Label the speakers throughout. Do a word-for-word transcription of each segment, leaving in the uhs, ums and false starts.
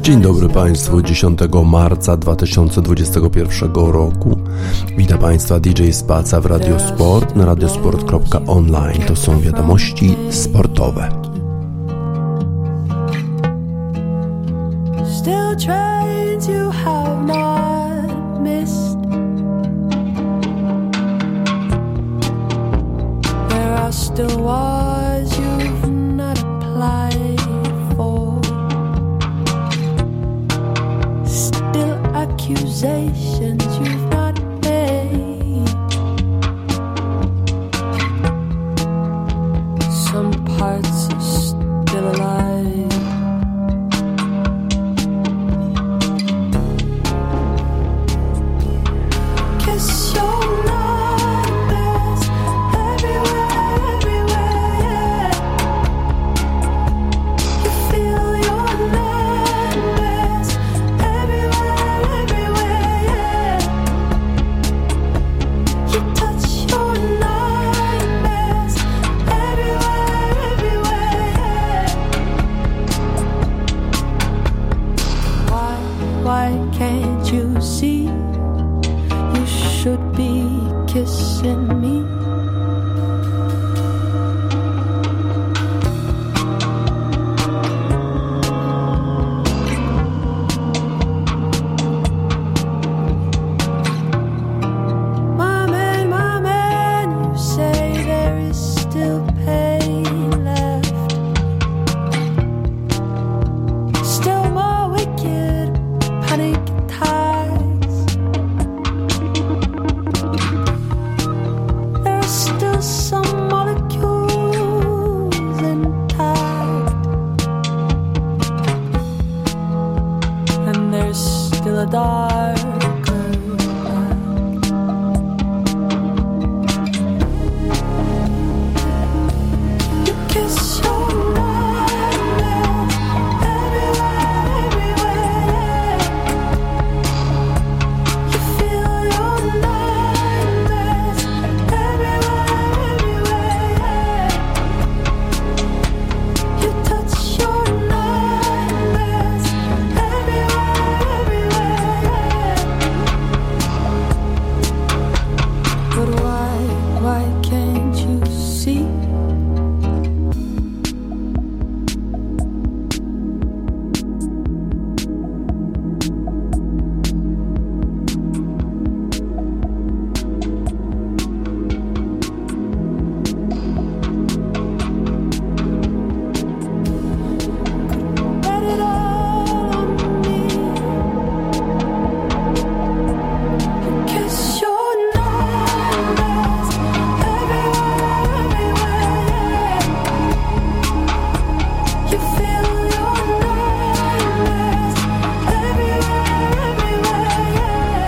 Speaker 1: Dzień dobry Państwu, dziesiątego marca dwa tysiące dwudziestego pierwszego roku. Witam Państwa D J Spaca w Radio Sport na radiosport kropka online. To są wiadomości sportowe.
Speaker 2: Still trains you have not missed. There are still wars you've not applied for. Still accusations you've not made. Some parts are still alive. Kiss your nightmares everywhere, everywhere, yeah. You feel your nightmares everywhere, everywhere, yeah. You touch your nightmares everywhere, everywhere, yeah. Why, why can't you see? You should be kissing me. My man, my man, you say there is still pain left. Still more wicked panic attacks. There are still some molecules intact, and there's still a darker black. You kiss your nightmares everywhere, everywhere, yeah. You feel your nightmares everywhere, everywhere, yeah. You touch your nightmares everywhere, everywhere, yeah. But why, why can't you see? Bet it all on me. You kiss your nightmares everywhere, everywhere, yeah. You feel your nightmares everywhere, everywhere, yeah.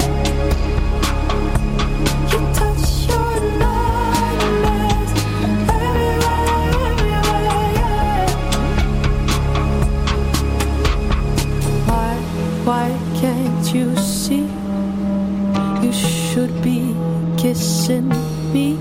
Speaker 2: You touch your nightmares everywhere, everywhere, yeah. Why, why can't you see? You should be kissing me.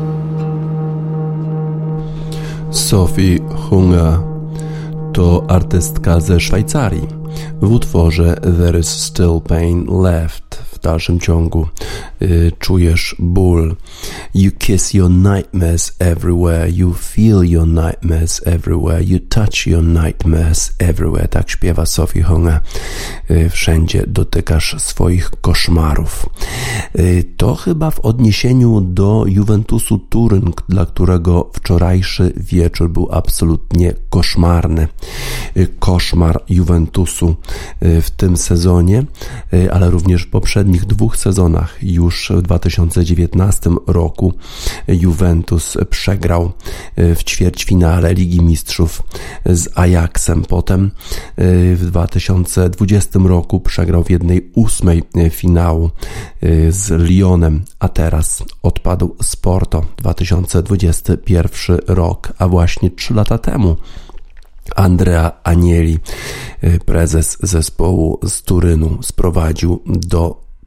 Speaker 1: Sophie Hunger to artystka ze Szwajcarii. W utworze There is still pain left w dalszym ciągu y, czujesz ból. You kiss your nightmares everywhere, you feel your nightmares everywhere, you touch your nightmares everywhere. Tak śpiewa Sophie Hunger. Y, wszędzie dotykasz swoich koszmarów. Y, to chyba w odniesieniu do Juventusu Turyn, dla którego wczorajszy wieczór był absolutnie koszmarny. Y, koszmar Juventusu y, w tym sezonie, y, ale również w poprzednich dwóch sezonach. Już w dwa tysiące dziewiętnastym roku Juventus przegrał w ćwierćfinale Ligi Mistrzów z Ajaxem. Potem w dwa tysiące dwudziestym roku przegrał w jednej ósmej finału z Lyonem, a teraz odpadł z Porto. dwa tysiące dwudziesty pierwszy rok, a właśnie trzy lata temu Andrea Agnelli, prezes zespołu z Turynu, sprowadził do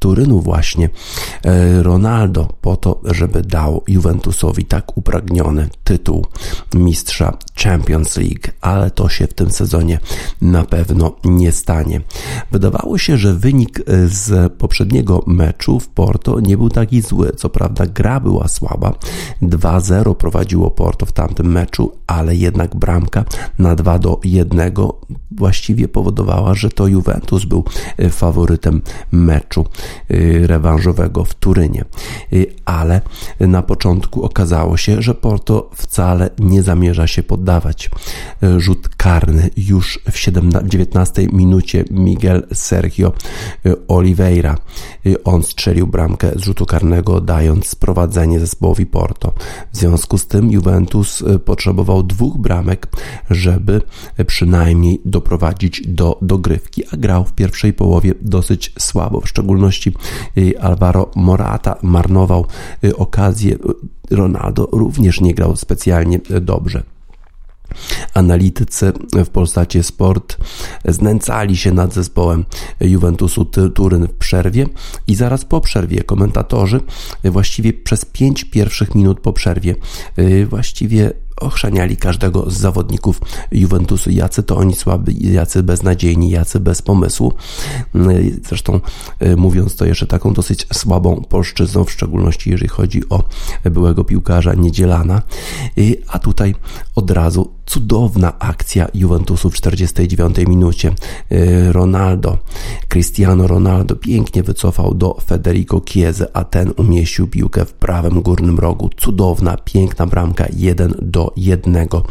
Speaker 1: Turynu właśnie Ronaldo po to, żeby dał Juventusowi tak upragniony tytuł mistrza Champions League, ale to się w tym sezonie na pewno nie stanie. Wydawało się, że wynik z poprzedniego meczu w Porto nie był taki zły. Co prawda gra była słaba. dwa zero prowadziło Porto w tamtym meczu, ale jednak bramka na dwa do jednego właściwie powodowała, że to Juventus był faworytem meczu rewanżowego w Turynie. Ale na początku okazało się, że Porto wcale nie zamierza się poddawać. Rzut karny już w dziewiętnastej minucie Miguel Sergio Oliveira. On strzelił bramkę z rzutu karnego, dając prowadzenie zespołowi Porto. W związku z tym Juventus potrzebował dwóch bramek, żeby przynajmniej doprowadzić do dogrywki, a grał w pierwszej połowie dosyć słabo, w szczególności Alvaro Morata marnował okazję. Ronaldo również nie grał specjalnie dobrze. Analitycy w Polsacie Sport znęcali się nad zespołem Juventusu Turyn w przerwie i zaraz po przerwie komentatorzy właściwie przez pięć pierwszych minut po przerwie właściwie ochrzaniali każdego z zawodników Juventusu. Jacy to oni słabi, jacy beznadziejni, jacy bez pomysłu. Zresztą mówiąc to jeszcze taką dosyć słabą polszczyzną, w szczególności jeżeli chodzi o byłego piłkarza Niedzielana. A tutaj od razu cudowna akcja Juventusu w czterdziestej dziewiątej minucie. Ronaldo, Cristiano Ronaldo pięknie wycofał do Federico Chiesy, a ten umieścił piłkę w prawym górnym rogu. Cudowna, piękna bramka, jeden do jednego.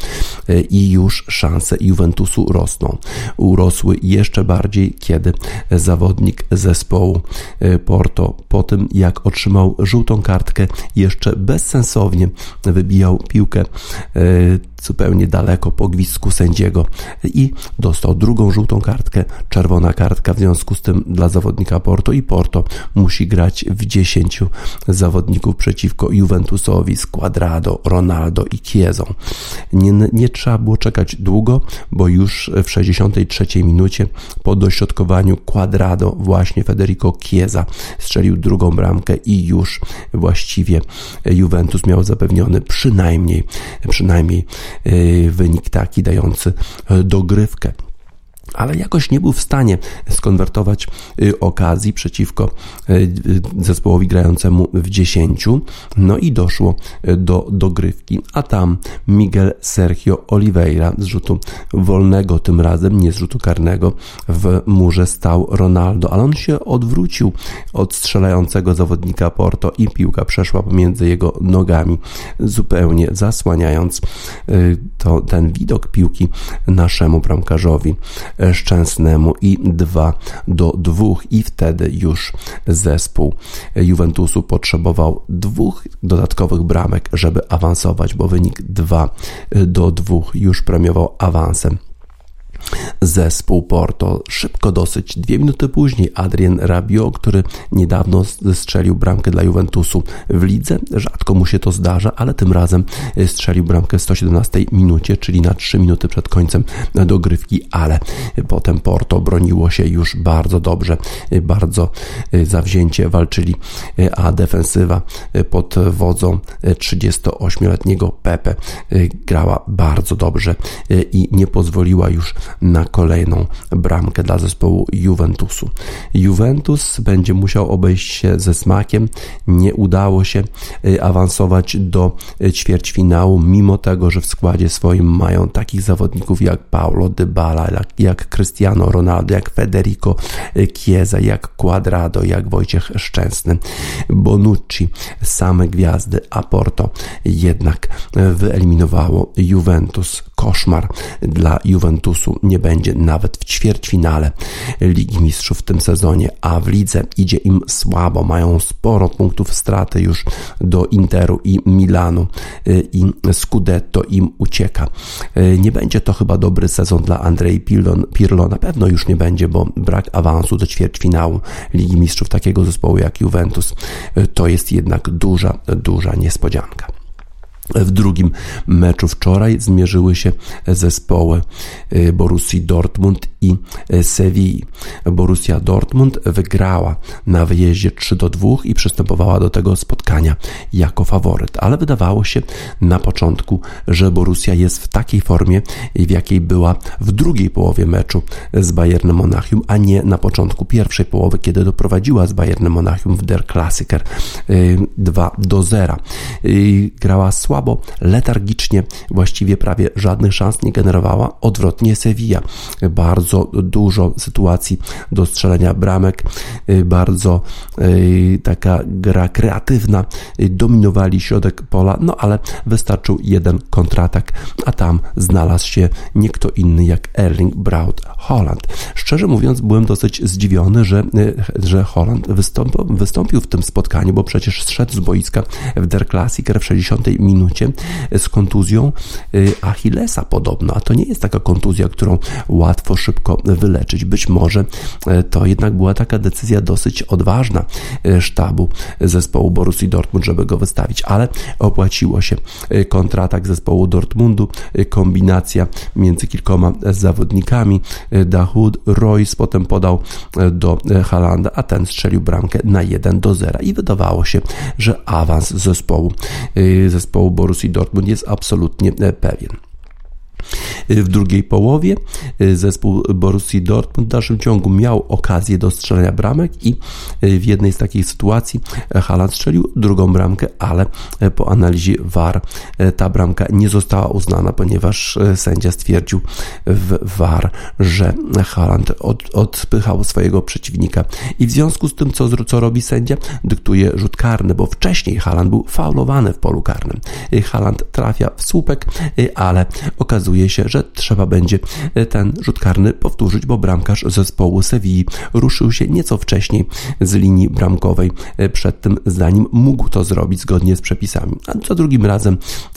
Speaker 1: I już szanse Juventusu rosną. Urosły jeszcze bardziej, kiedy zawodnik zespołu Porto po tym, jak otrzymał żółtą kartkę, jeszcze bezsensownie wybijał piłkę zupełnie daleko po gwizdku sędziego i dostał drugą żółtą kartkę, czerwona kartka, w związku z tym dla zawodnika Porto i Porto musi grać w dziesięciu zawodników przeciwko Juventusowi z Cuadrado, Ronaldo i Chiesą. Nie, nie trzeba było czekać długo, bo już w sześćdziesiątej trzeciej minucie po dośrodkowaniu Cuadrado właśnie Federico Chiesa strzelił drugą bramkę i już właściwie Juventus miał zapewniony przynajmniej przynajmniej wynik taki dający dogrywkę. Ale jakoś nie był w stanie skonwertować okazji przeciwko zespołowi grającemu w dziesięciu. No i doszło do dogrywki, a tam Miguel Sergio Oliveira z rzutu wolnego, tym razem nie z rzutu karnego, w murze stał Ronaldo, ale on się odwrócił od strzelającego zawodnika Porto i piłka przeszła pomiędzy jego nogami, zupełnie zasłaniając to, ten widok piłki naszemu bramkarzowi Szczęsnemu i dwa do dwóch i wtedy już zespół Juventusu potrzebował dwóch dodatkowych bramek, żeby awansować, bo wynik dwa do dwóch już premiował awansem zespół Porto. Szybko dosyć, dwie minuty później Adrien Rabiot, który niedawno strzelił bramkę dla Juventusu w lidze, rzadko mu się to zdarza, ale tym razem strzelił bramkę w sto siedemnastej minucie, czyli na trzy minuty przed końcem dogrywki, ale potem Porto broniło się już bardzo dobrze, bardzo zawzięcie walczyli, a defensywa pod wodzą trzydziestoośmioletniego Pepe grała bardzo dobrze i nie pozwoliła już na kolejną bramkę dla zespołu Juventusu. Juventus będzie musiał obejść się ze smakiem. Nie udało się awansować do ćwierćfinału, mimo tego, że w składzie swoim mają takich zawodników jak Paulo Dybala, jak, jak Cristiano Ronaldo, jak Federico Chiesa, jak Cuadrado, jak Wojciech Szczęsny, Bonucci, same gwiazdy, a Porto jednak wyeliminowało Juventus. Koszmar dla Juventusu, nie będzie nawet w ćwierćfinale Ligi Mistrzów w tym sezonie, a w lidze idzie im słabo, mają sporo punktów straty już do Interu i Milanu i Scudetto im ucieka. Nie będzie to chyba dobry sezon dla Andrei Pirlo, na pewno już nie będzie, bo brak awansu do ćwierćfinału Ligi Mistrzów takiego zespołu jak Juventus to jest jednak duża, duża niespodzianka. W drugim meczu wczoraj zmierzyły się zespoły Borussii Dortmund i Sewilli. Borussia Dortmund wygrała na wyjeździe trzy do dwóch i przystępowała do tego spotkania jako faworyt, ale wydawało się na początku, że Borussia jest w takiej formie, w jakiej była w drugiej połowie meczu z Bayernem Monachium, a nie na początku pierwszej połowy, kiedy doprowadziła z Bayernem Monachium w Der Klassiker dwa do zera. Grała słabo, letargicznie, właściwie prawie żadnych szans nie generowała. Odwrotnie Sevilla. Bardzo dużo sytuacji do strzelania bramek, bardzo taka gra kreatywna, dominowali środek pola, no ale wystarczył jeden kontratak, a tam znalazł się nie kto inny jak Erling Braut Haaland. Szczerze mówiąc, byłem dosyć zdziwiony, że, że Haaland wystąpił, wystąpił w tym spotkaniu, bo przecież zszedł z boiska w Der Klassiker w sześćdziesiątej minucie z kontuzją Achillesa podobno, a to nie jest taka kontuzja, którą łatwo, szybko wyleczyć. Być może to jednak była taka decyzja dosyć odważna sztabu zespołu Borussii Dortmund, żeby go wystawić, ale opłaciło się. Kontratak zespołu Dortmundu, kombinacja między kilkoma zawodnikami, Dahoud, Royce potem podał do Haalanda, a ten strzelił bramkę na jeden do zera i wydawało się, że awans zespołu zespołu Borussii Dortmund jest absolutnie pewien. W drugiej połowie zespół Borussii Dortmund w dalszym ciągu miał okazję do strzelania bramek i w jednej z takich sytuacji Haaland strzelił drugą bramkę, ale po analizie V A R ta bramka nie została uznana, ponieważ sędzia stwierdził w V A R, że Haaland od, odpychał swojego przeciwnika i w związku z tym, co, co robi sędzia, dyktuje rzut karny, bo wcześniej Haaland był faulowany w polu karnym. Haaland trafia w słupek, ale okazuje się, że trzeba będzie ten rzut karny powtórzyć, bo bramkarz zespołu Sewilli ruszył się nieco wcześniej z linii bramkowej przed tym, zanim mógł to zrobić zgodnie z przepisami. A za drugim razem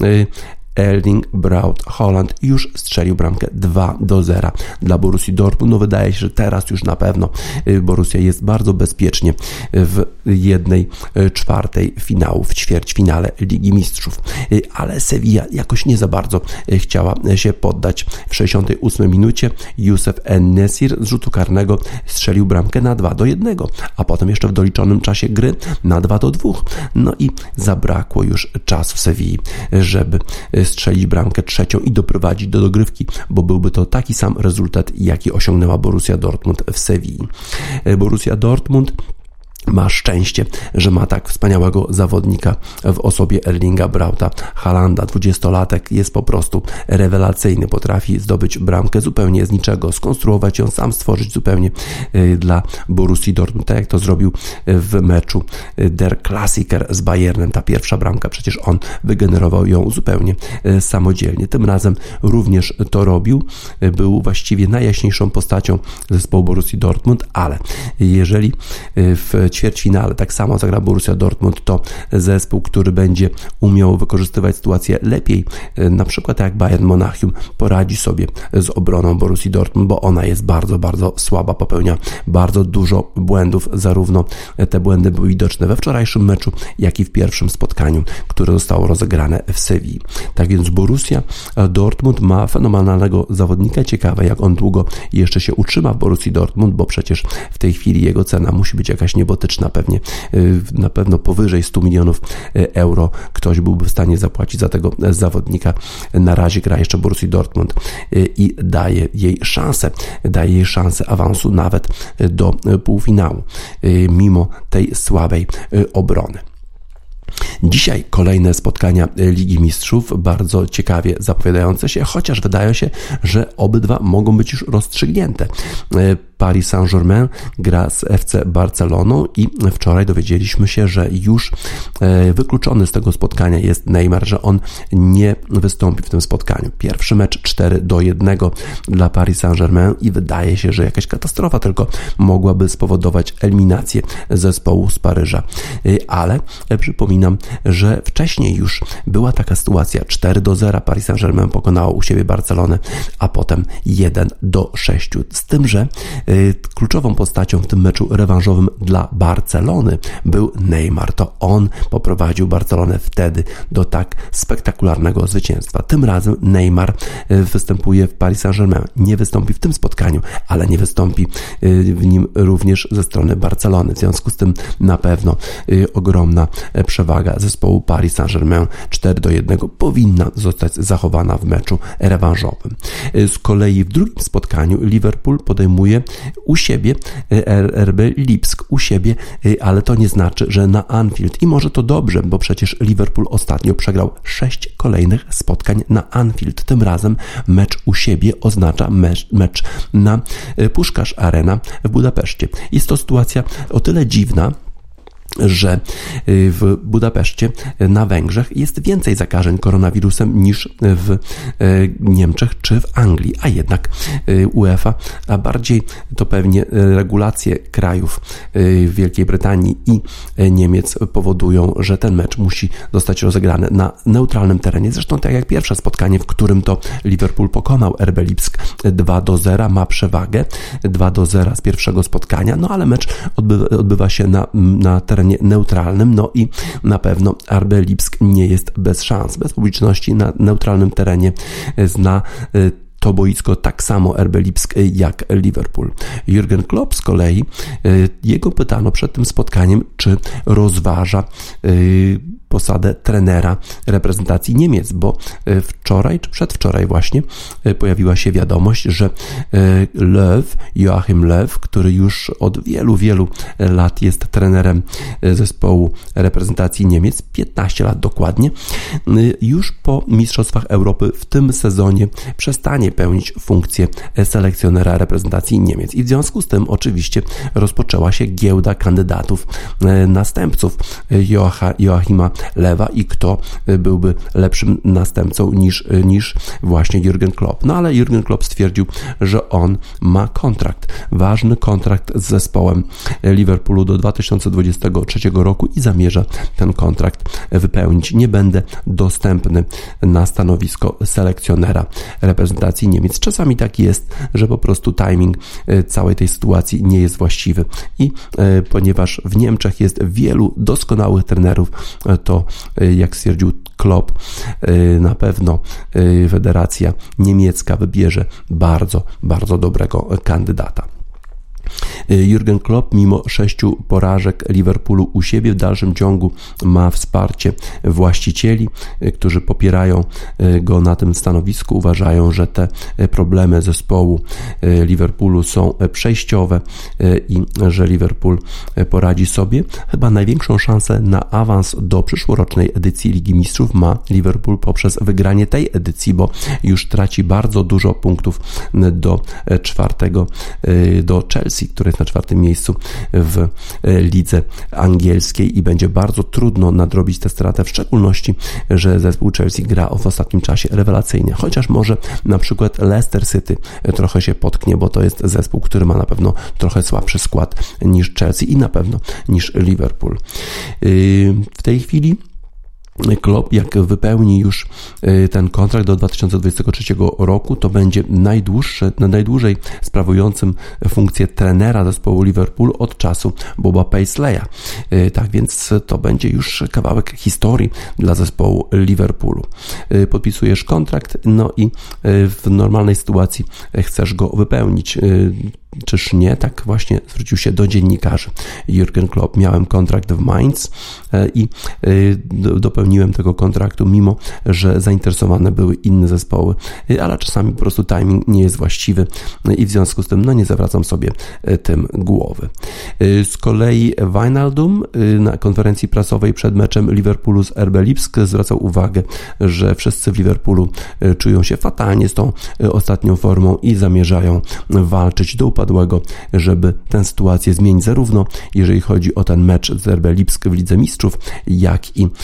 Speaker 1: Erling Braut Haaland już strzelił bramkę dwa do zera dla Borussii Dortmund. No wydaje się, że teraz już na pewno Borussia jest bardzo bezpiecznie w jednej czwartej finału, w ćwierćfinale Ligi Mistrzów. Ale Sevilla jakoś nie za bardzo chciała się poddać. W sześćdziesiątej ósmej minucie Youssef En-Nesyr z rzutu karnego strzelił bramkę na dwa do jednego, a potem jeszcze w doliczonym czasie gry na dwa do dwóch. No i zabrakło już czasu Sewilli, żeby strzelić bramkę trzecią i doprowadzić do dogrywki, bo byłby to taki sam rezultat, jaki osiągnęła Borussia Dortmund w Sewilli. Borussia Dortmund ma szczęście, że ma tak wspaniałego zawodnika w osobie Erlinga Brauta Haalanda. dwudziestolatek jest po prostu rewelacyjny, potrafi zdobyć bramkę zupełnie z niczego, skonstruować ją, sam stworzyć zupełnie dla Borussii Dortmund, tak jak to zrobił w meczu Der Klassiker z Bayernem. Ta pierwsza bramka, przecież on wygenerował ją zupełnie samodzielnie. Tym razem również to robił. Był właściwie najjaśniejszą postacią zespołu Borussii Dortmund, ale jeżeli w ćwierćfinale tak samo zagra Borussia Dortmund, to zespół, który będzie umiał wykorzystywać sytuację lepiej, na przykład jak Bayern Monachium, poradzi sobie z obroną Borussii Dortmund, bo ona jest bardzo, bardzo słaba, popełnia bardzo dużo błędów, zarówno te błędy były widoczne we wczorajszym meczu, jak i w pierwszym spotkaniu, które zostało rozegrane w Sewilli. Tak więc Borussia Dortmund ma fenomenalnego zawodnika, ciekawe jak on długo jeszcze się utrzyma w Borussii Dortmund, bo przecież w tej chwili jego cena musi być jakaś niebotyczna, pewnie na pewno powyżej stu milionów euro ktoś byłby w stanie zapłacić za tego zawodnika. Na razie gra jeszcze Borussii Dortmund i daje jej szansę, daje jej szansę awansu nawet do półfinału, mimo tej słabej obrony. Dzisiaj kolejne spotkania Ligi Mistrzów, bardzo ciekawie zapowiadające się, chociaż wydaje się, że obydwa mogą być już rozstrzygnięte. Paris Saint-Germain gra z F C Barceloną i wczoraj dowiedzieliśmy się, że już wykluczony z tego spotkania jest Neymar, że on nie wystąpi w tym spotkaniu. Pierwszy mecz cztery do jednego dla Paris Saint-Germain i wydaje się, że jakaś katastrofa tylko mogłaby spowodować eliminację zespołu z Paryża. Ale przypominam, że wcześniej już była taka sytuacja, cztery do zera Paris Saint-Germain pokonało u siebie Barcelonę, a potem jeden do sześciu. Z tym, że Kluczową postacią w tym meczu rewanżowym dla Barcelony był Neymar. To on poprowadził Barcelonę wtedy do tak spektakularnego zwycięstwa. Tym razem Neymar występuje w Paris Saint-Germain. Nie wystąpi w tym spotkaniu, ale nie wystąpi w nim również ze strony Barcelony. W związku z tym na pewno ogromna przewaga zespołu Paris Saint-Germain cztery do jednego powinna zostać zachowana w meczu rewanżowym. Z kolei w drugim spotkaniu Liverpool podejmuje u siebie R B Lipsk, u siebie, ale to nie znaczy, że na Anfield. I może to dobrze, bo przecież Liverpool ostatnio przegrał sześć kolejnych spotkań na Anfield. Tym razem mecz u siebie oznacza mecz, mecz na Puskás Arena w Budapeszcie. Jest to sytuacja o tyle dziwna, że w Budapeszcie na Węgrzech jest więcej zakażeń koronawirusem niż w Niemczech czy w Anglii, a jednak UEFA, a bardziej to pewnie regulacje krajów Wielkiej Brytanii i Niemiec powodują, że ten mecz musi zostać rozegrany na neutralnym terenie. Zresztą tak jak pierwsze spotkanie, w którym to Liverpool pokonał R B Lipsk dwa do zera, ma przewagę dwa do zera z pierwszego spotkania, no ale mecz odbywa, odbywa się na, na terenie neutralnym, no i na pewno R B Lipsk nie jest bez szans. Bez publiczności na neutralnym terenie zna to boisko tak samo R B Lipsk jak Liverpool. Jurgen Klopp z kolei, jego pytano przed tym spotkaniem, czy rozważa posadę trenera reprezentacji Niemiec, bo wczoraj, czy przedwczoraj właśnie pojawiła się wiadomość, że Löw, Joachim Löw, który już od wielu, wielu lat jest trenerem zespołu reprezentacji Niemiec, piętnaście lat dokładnie, już po Mistrzostwach Europy w tym sezonie przestanie pełnić funkcję selekcjonera reprezentacji Niemiec. I w związku z tym oczywiście rozpoczęła się giełda kandydatów następców Joacha, Joachima Löwa i kto byłby lepszym następcą niż, niż właśnie Jurgen Klopp. No ale Jurgen Klopp stwierdził, że on ma kontrakt, ważny kontrakt z zespołem Liverpoolu do dwa tysiące dwudziestego trzeciego roku i zamierza ten kontrakt wypełnić. Nie będę dostępny na stanowisko selekcjonera reprezentacji Niemiec. Czasami tak jest, że po prostu timing całej tej sytuacji nie jest właściwy i ponieważ w Niemczech jest wielu doskonałych trenerów, to jak stwierdził Klopp, na pewno federacja niemiecka wybierze bardzo, bardzo dobrego kandydata. Jurgen Klopp mimo sześciu porażek Liverpoolu u siebie w dalszym ciągu ma wsparcie właścicieli, którzy popierają go na tym stanowisku, uważają, że te problemy zespołu Liverpoolu są przejściowe i że Liverpool poradzi sobie. Chyba największą szansę na awans do przyszłorocznej edycji Ligi Mistrzów ma Liverpool poprzez wygranie tej edycji, bo już traci bardzo dużo punktów do czwartego, do Chelsea, który jest na czwartym miejscu w lidze angielskiej i będzie bardzo trudno nadrobić tę stratę, w szczególności, że zespół Chelsea gra w ostatnim czasie rewelacyjnie, chociaż może na przykład Leicester City trochę się potknie, bo to jest zespół, który ma na pewno trochę słabszy skład niż Chelsea i na pewno niż Liverpool. W tej chwili Klopp, jak wypełni już ten kontrakt do dwa tysiące dwudziestego trzeciego roku, to będzie najdłuższy, najdłużej sprawującym funkcję trenera zespołu Liverpool od czasu Boba Paisleya. Tak więc to będzie już kawałek historii dla zespołu Liverpoolu. Podpisujesz kontrakt, no i w normalnej sytuacji chcesz go wypełnić. Czyż nie? Tak właśnie zwrócił się do dziennikarzy Jurgen Klopp. Miałem kontrakt w Mainz i dopełniłem tego kontraktu, mimo że zainteresowane były inne zespoły, ale czasami po prostu timing nie jest właściwy i w związku z tym no nie zawracam sobie tym głowy. Z kolei Wijnaldum na konferencji prasowej przed meczem Liverpoolu z R B Lipsk zwracał uwagę, że wszyscy w Liverpoolu czują się fatalnie z tą ostatnią formą i zamierzają walczyć do upadłego, żeby tę sytuację zmienić, zarówno jeżeli chodzi o ten mecz z R B Lipsk w Lidze Mistrzów, jak i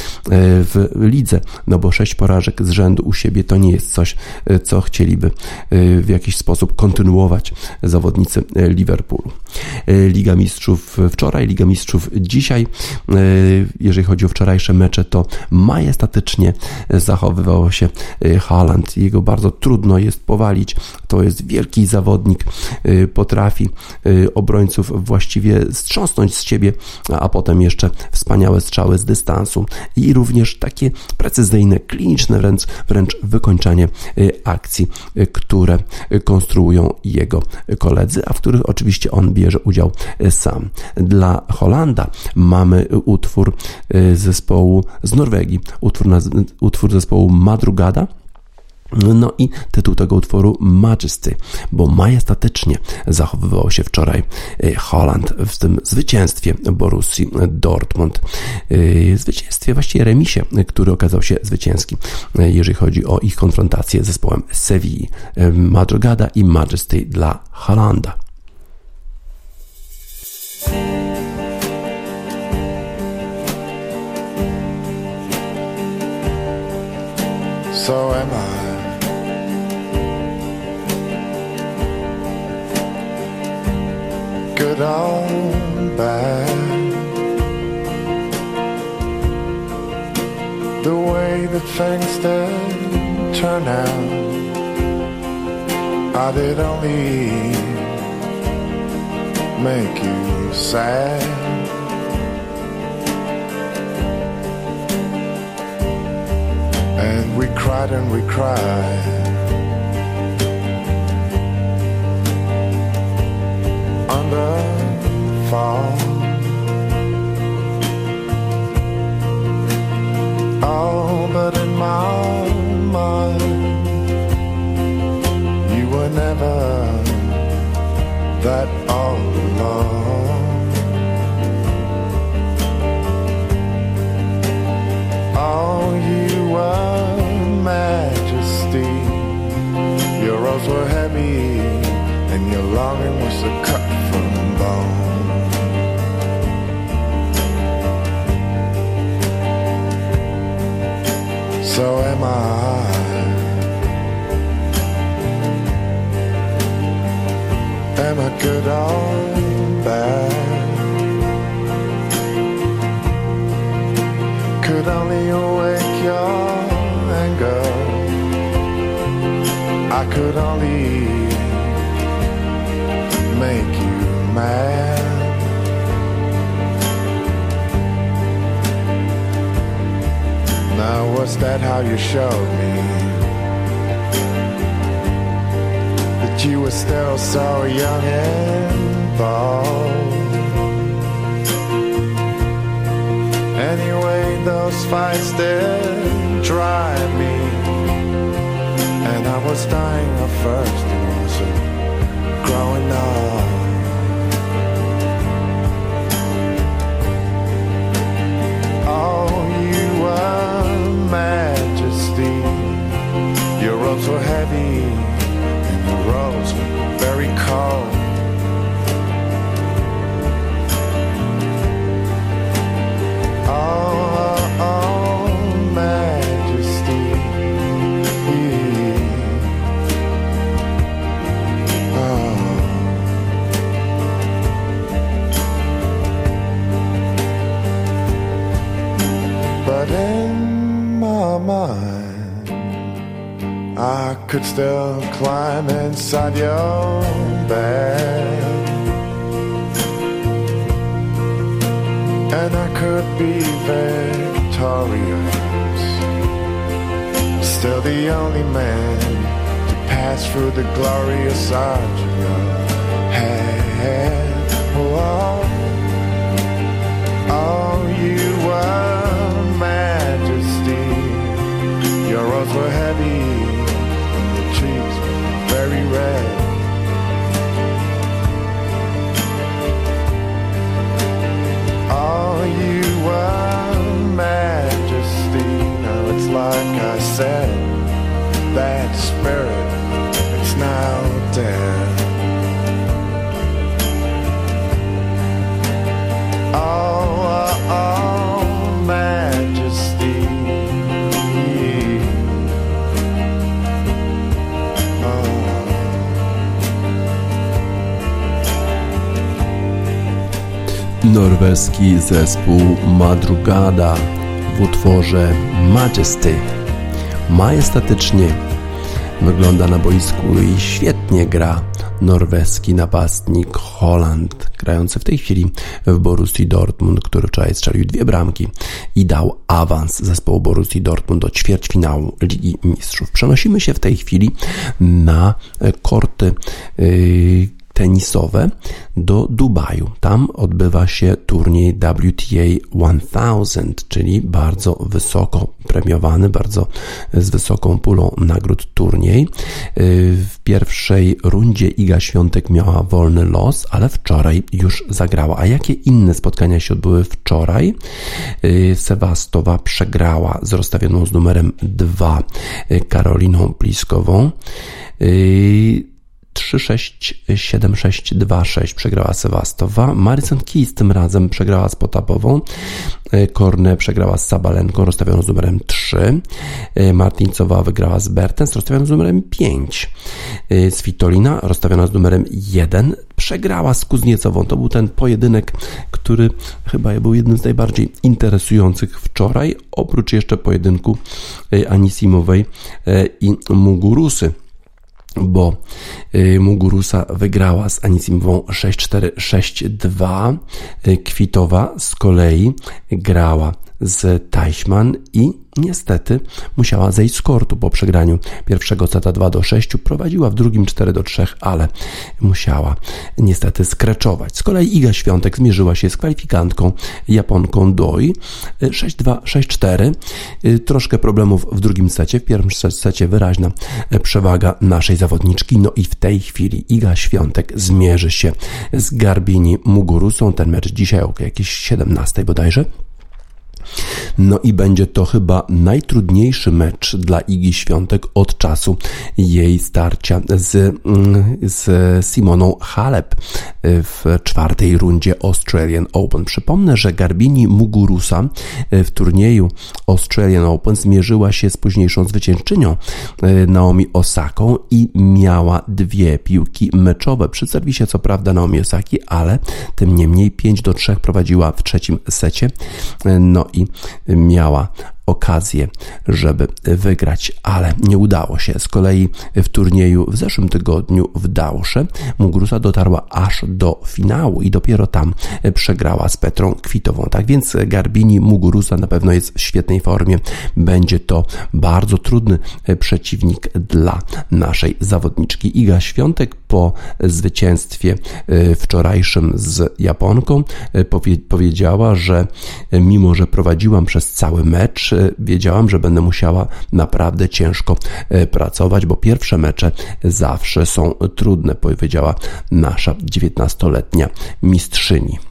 Speaker 1: w lidze, no bo sześć porażek z rzędu u siebie to nie jest coś, co chcieliby w jakiś sposób kontynuować zawodnicy Liverpoolu. Liga Mistrzów wczoraj, Liga Mistrzów dzisiaj. Jeżeli chodzi o wczorajsze mecze, to majestatycznie zachowywał się Haaland. Jego bardzo trudno jest powalić. To jest wielki zawodnik, potrafi obrońców właściwie strząsnąć z siebie, a potem jeszcze wspaniałe strzały z dystansu i również takie precyzyjne, kliniczne wręcz, wręcz wykończenie akcji, które konstruują jego koledzy, a w których oczywiście on bierze udział sam. Dla Holanda mamy utwór zespołu z Norwegii, utwór, utwór zespołu Madrugada. No i tytuł tego utworu Majesty, bo majestatycznie zachowywał się wczoraj Haaland w tym zwycięstwie Borussii Dortmund. Zwycięstwie, właściwie remisie, który okazał się zwycięski, jeżeli chodzi o ich konfrontację z zespołem Sewilli. Madrugada i Majesty dla Haalanda.
Speaker 3: So am I. Good or bad, the way that things did turn out, I did only make you sad. And we cried and we cried under fall. Oh, but in my mind, you were never that all alone. Oh, you were majesty. Your rose were heavy, and your longing was a cut from bone. So am I. Am I good or bad? Could only awake your anger. I could only make you mad. Now was that how you showed me that you were still so young and bold? Anyway, those fights did drive me, and I was dying of thirst and was growing up. Oh, you were majesty. Your robes were heavy, and your robes were very cold. Oh, oh, majesty. Oh. But in my mind, I could still climb inside your bed, and I could be victorious, still the only man to pass through the glorious arch of your head. Oh, oh, you were majesty. Your robes were heavy, and your cheeks were very red. Oh, you were majesty. Now it's like I said, that spirit, it's now dead. Oh, oh, oh, majesty.
Speaker 1: Norweski zespół Madrugada w utworze Majesty. Majestatycznie wygląda na boisku i świetnie gra norweski napastnik Haaland, grający w tej chwili w Borussii Dortmund, który wczoraj strzelił dwie bramki i dał awans zespołu Borussii Dortmund do ćwierćfinału Ligi Mistrzów. Przenosimy się w tej chwili na korty yy, tenisowe do Dubaju. Tam odbywa się turniej W T A tysiąc, czyli bardzo wysoko premiowany, bardzo z wysoką pulą nagród turniej. W pierwszej rundzie Iga Świątek miała wolny los, ale wczoraj już zagrała. A jakie inne spotkania się odbyły wczoraj? Sewastowa przegrała z rozstawioną z numerem dwa Karoliną Pliskową. trzy sześć, siedem sześć, dwa sześć przegrała Sewastowa. Madison Keys tym razem przegrała z Potapową. Korne przegrała z Sabalenką, rozstawioną z numerem trzy. Martincowa wygrała z Bertens, rozstawioną z numerem pięć. Svitolina, rozstawiona z numerem jeden, przegrała z Kuzniecową. To był ten pojedynek, który chyba był jednym z najbardziej interesujących wczoraj, oprócz jeszcze pojedynku Anisimowej i Mugurusy, bo Muguruza wygrała z Anisimową sześć cztery, sześć dwa. Kwitowa z kolei grała z Teichmann i niestety musiała zejść z kortu po przegraniu pierwszego seta dwa do sześciu. Prowadziła w drugim cztery do trzech, ale musiała niestety skreczować. Z kolei Iga Świątek zmierzyła się z kwalifikantką Japonką Doi sześć dwa, sześć cztery. Troszkę problemów w drugim secie. W pierwszym secie wyraźna przewaga naszej zawodniczki. No i w tej chwili Iga Świątek zmierzy się z Garbini Muguruzą. Ten mecz dzisiaj o jakieś siedemnastej bodajże. No i będzie to chyba najtrudniejszy mecz dla Igi Świątek od czasu jej starcia z, z Simoną Halep w czwartej rundzie Australian Open. Przypomnę, że Garbini Muguruza w turnieju Australian Open zmierzyła się z późniejszą zwyciężczynią Naomi Osaką i miała dwie piłki meczowe. Przy serwisie co prawda Naomi Osaki, ale tym niemniej pięć do trzech prowadziła w trzecim secie. No i miała okazję, żeby wygrać, ale nie udało się. Z kolei w turnieju w zeszłym tygodniu w Dausze Muguruza dotarła aż do finału i dopiero tam przegrała z Petrą Kwitową. Tak więc Garbini Muguruza na pewno jest w świetnej formie. Będzie to bardzo trudny przeciwnik dla naszej zawodniczki. Iga Świątek po zwycięstwie wczorajszym z Japonką powiedziała, że mimo, że prowadziłam przez cały mecz, wiedziałam, że będę musiała naprawdę ciężko pracować, bo pierwsze mecze zawsze są trudne, powiedziała nasza dziewiętnastoletnia mistrzyni.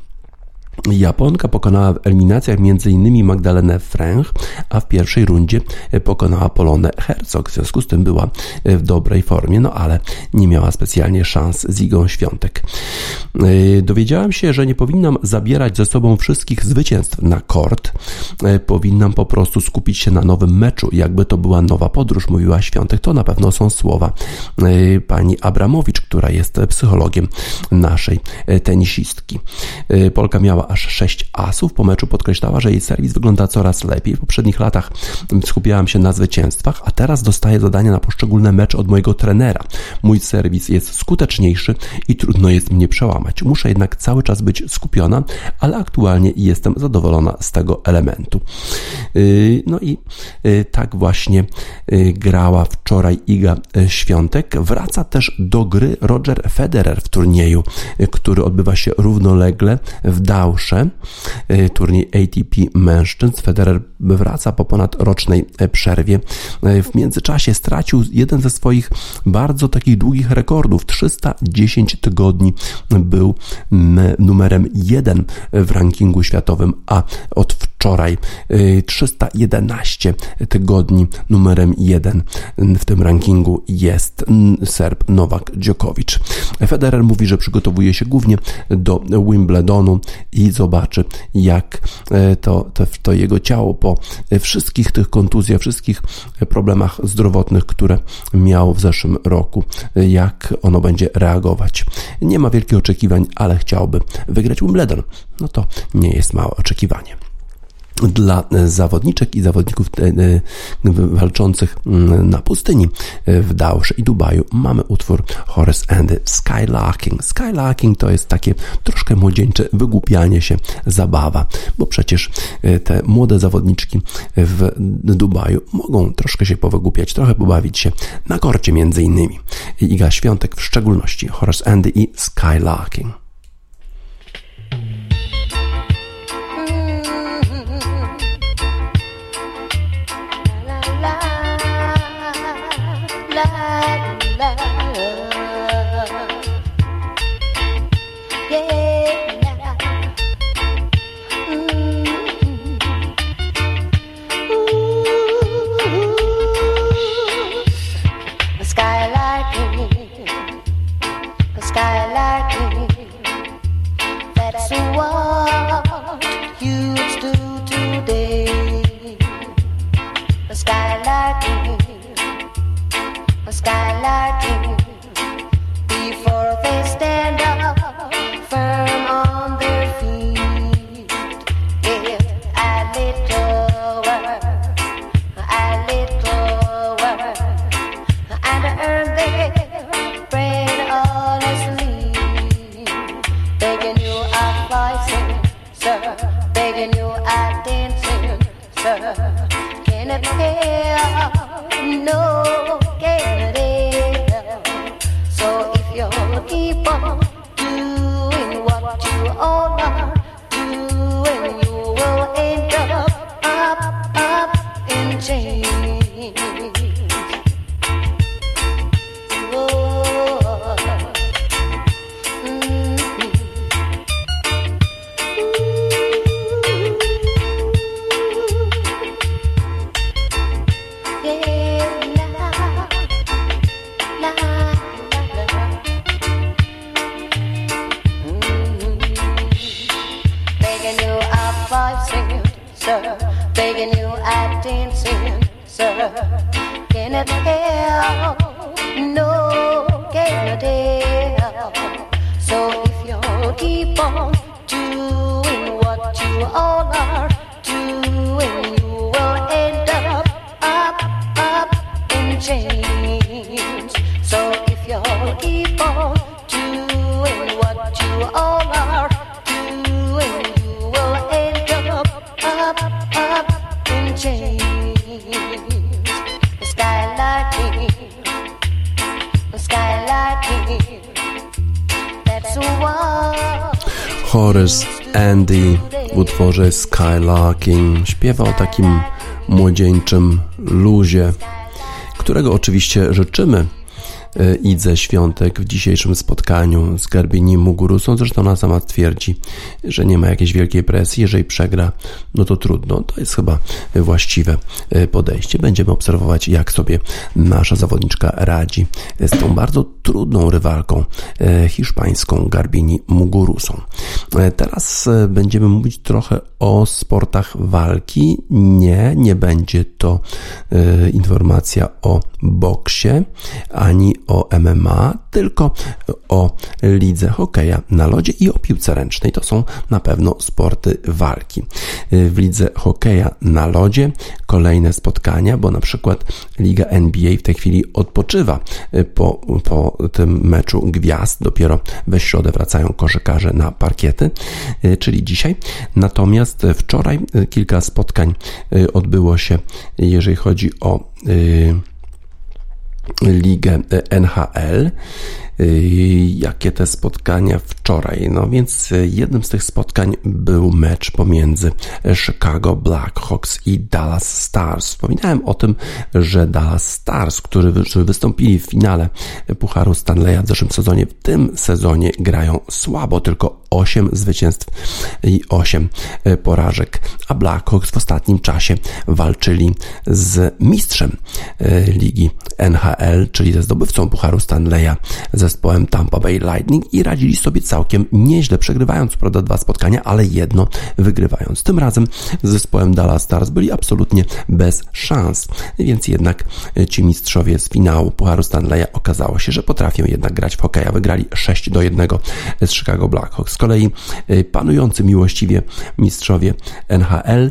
Speaker 1: Japonka pokonała w eliminacjach m.in. Magdalenę Fręch, a w pierwszej rundzie pokonała Polonę Herzog. W związku z tym była w dobrej formie, no ale nie miała specjalnie szans z Igą Świątek. Dowiedziałam się, że nie powinnam zabierać ze sobą wszystkich zwycięstw na kort. Powinnam po prostu skupić się na nowym meczu, jakby to była nowa podróż, mówiła Świątek. To na pewno są słowa pani Abramowicz, która jest psychologiem naszej tenisistki. Polka miała aż sześć asów. Po meczu podkreślała, że jej serwis wygląda coraz lepiej. W poprzednich latach skupiałam się na zwycięstwach, a teraz dostaję zadania na poszczególne mecze od mojego trenera. Mój serwis jest skuteczniejszy i trudno jest mnie przełamać. Muszę jednak cały czas być skupiona, ale aktualnie jestem zadowolona z tego elementu. No i tak właśnie grała wczoraj Iga Świątek. Wraca też do gry Roger Federer w turnieju, który odbywa się równolegle w Dausze. Turniej A T P mężczyzn. Federer wraca po ponadrocznej przerwie. W międzyczasie stracił jeden ze swoich bardzo takich długich rekordów. trzysta dziesięć tygodni był numerem jeden w rankingu światowym, a od wczoraj trzysta jedenaście tygodni numerem jeden w tym rankingu jest Serb Nowak Djokovic. Federer mówi, że przygotowuje się głównie do Wimbledonu i zobaczy, jak to, to, to jego ciało po wszystkich tych kontuzjach, wszystkich problemach zdrowotnych, które miał w zeszłym roku, jak ono będzie reagować. Nie ma wielkich oczekiwań, ale chciałby wygrać Wimbledon. No to nie jest małe oczekiwanie. Dla zawodniczek i zawodników walczących na pustyni w Dałże i Dubaju mamy utwór Horace Andy Skylarking. Skylarking to jest takie troszkę młodzieńcze wygłupianie się, zabawa, bo przecież te młode zawodniczki w Dubaju mogą troszkę się powygłupiać, trochę pobawić się na korcie między innymi. Iga Świątek w szczególności, Horace Andy i Skylarking. Horace Andy w utworze Skylarking śpiewa o takim młodzieńczym luzie, którego oczywiście życzymy Idze Świątek w dzisiejszym spotkaniu z Garbini Muguruzą. Zresztą ona sama twierdzi, że nie ma jakiejś wielkiej presji. Jeżeli przegra, no to trudno. To jest chyba właściwe podejście. Będziemy obserwować, jak sobie nasza zawodniczka radzi z tą bardzo trudną rywalką hiszpańską Garbini Muguruzą. Teraz będziemy mówić trochę o sportach walki. Nie, nie będzie to informacja o boksie, ani o M M A, tylko o lidze hokeja na lodzie i o piłce ręcznej. To są na pewno sporty walki. W lidze hokeja na lodzie kolejne spotkania, bo na przykład Liga N B A w tej chwili odpoczywa po, po tym meczu gwiazd. Dopiero we środę wracają koszykarze na parkiety, czyli dzisiaj. Natomiast wczoraj kilka spotkań odbyło się, jeżeli chodzi o ligę N H L. Jakie te spotkania wczoraj? No więc jednym z tych spotkań był mecz pomiędzy Chicago Blackhawks i Dallas Stars. Wspominałem o tym, że Dallas Stars, którzy wystąpili w finale Pucharu Stanleya w zeszłym sezonie, w tym sezonie grają słabo, tylko osiem zwycięstw i osiem porażek, a Blackhawks w ostatnim czasie walczyli z mistrzem ligi N H L, czyli ze zdobywcą Pucharu Stanleya, zespołem Tampa Bay Lightning, i radzili sobie całkiem nieźle, przegrywając prawda dwa spotkania, ale jedno wygrywając. Tym razem z zespołem Dallas Stars byli absolutnie bez szans, więc jednak ci mistrzowie z finału Pucharu Stanleya okazało się, że potrafią jednak grać w hokeja. Wygrali sześć do jednego z Chicago Blackhawks. Z kolei panujący miłościwie mistrzowie N H L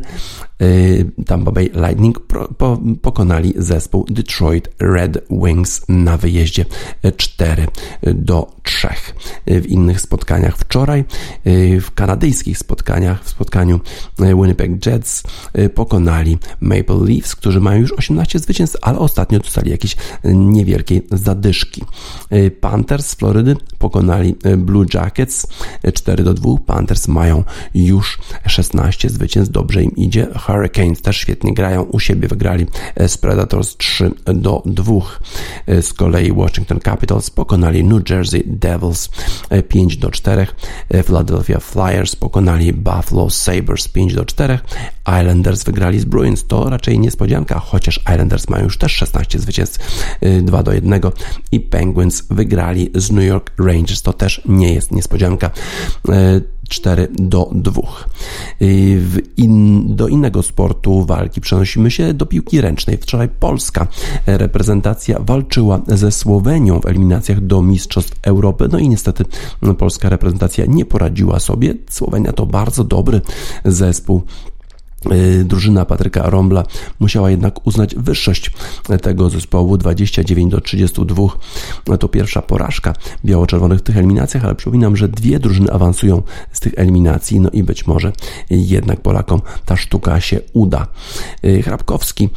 Speaker 1: Tampa Bay Lightning pro, po, pokonali zespół Detroit Red Wings na wyjeździe cztery do trzech. W innych spotkaniach wczoraj, w kanadyjskich spotkaniach, w spotkaniu Winnipeg Jets pokonali Maple Leafs, którzy mają już osiemnaście zwycięstw, ale ostatnio dostali jakieś niewielkie zadyszki. Panthers z Florydy pokonali Blue Jackets cztery do dwóch. Panthers mają już szesnaście zwycięstw, dobrze im idzie. Hurricanes też świetnie grają, u siebie wygrali z Predators trzy do dwóch. Z kolei Washington Capitals pokonali New Jersey Devils pięć do czterech. Philadelphia Flyers pokonali Buffalo Sabres pięć do czterech. Islanders wygrali z Bruins, to raczej niespodzianka, chociaż Islanders mają już też szesnaście zwycięstw, dwa do jednego, i Penguins wygrali z New York Rangers, to też nie jest niespodzianka, cztery do dwóch. W in, do innego sportu walki przenosimy się do piłki ręcznej. Wczoraj polska reprezentacja walczyła ze Słowenią w eliminacjach do Mistrzostw Europy, no i niestety polska reprezentacja nie poradziła sobie. Słowenia to bardzo dobry zespół. Drużyna Patryka Rombla musiała jednak uznać wyższość tego zespołu. Dwadzieścia dziewięć do trzydziestu dwóch to pierwsza porażka biało-czerwonych w tych eliminacjach, ale przypominam, że dwie drużyny awansują z tych eliminacji, no i być może jednak Polakom ta sztuka się uda. Hrabkowski,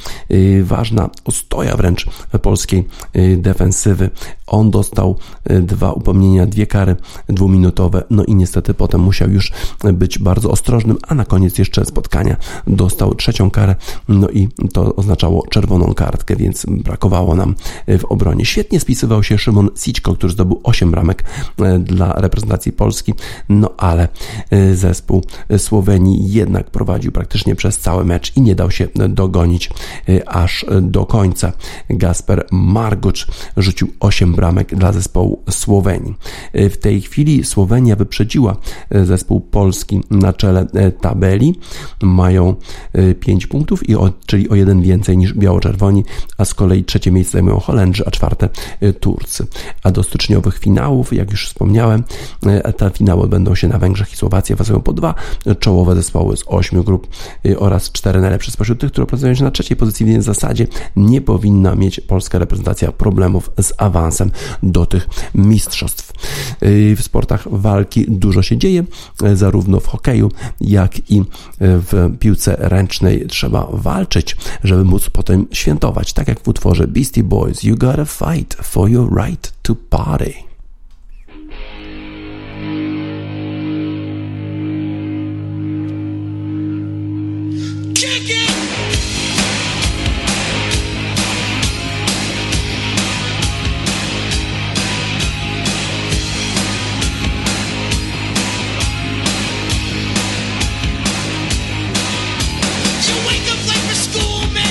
Speaker 1: ważna ostoja wręcz polskiej defensywy. On dostał dwa upomnienia, dwie kary dwuminutowe, no i niestety potem musiał już być bardzo ostrożnym, a na koniec jeszcze spotkania dostał trzecią karę, no i to oznaczało czerwoną kartkę, więc brakowało nam w obronie. Świetnie spisywał się Szymon Sićko, który zdobył osiem bramek dla reprezentacji Polski, no ale zespół Słowenii jednak prowadził praktycznie przez cały mecz i nie dał się dogonić aż do końca. Gasper Margucz rzucił osiem bramek dla zespołu Słowenii. W tej chwili Słowenia wyprzedziła zespół Polski na czele tabeli. Mają pięć punktów, i o, czyli o jeden więcej niż biało-czerwoni, a z kolei trzecie miejsce zajmują Holendrzy, a czwarte Turcy. A do styczniowych finałów, jak już wspomniałem, te finały będą się na Węgrzech i Słowacji, awansują po dwa czołowe zespoły z ośmiu grup oraz cztery najlepsze spośród tych, które planują się na trzeciej pozycji, więc w zasadzie nie powinna mieć polska reprezentacja problemów z awansem do tych mistrzostw. W sportach walki dużo się dzieje, zarówno w hokeju, jak i w piłce ręcznej. Trzeba walczyć, żeby móc potem świętować, tak jak w utworze Beastie Boys, You Gotta Fight for Your Right to Party.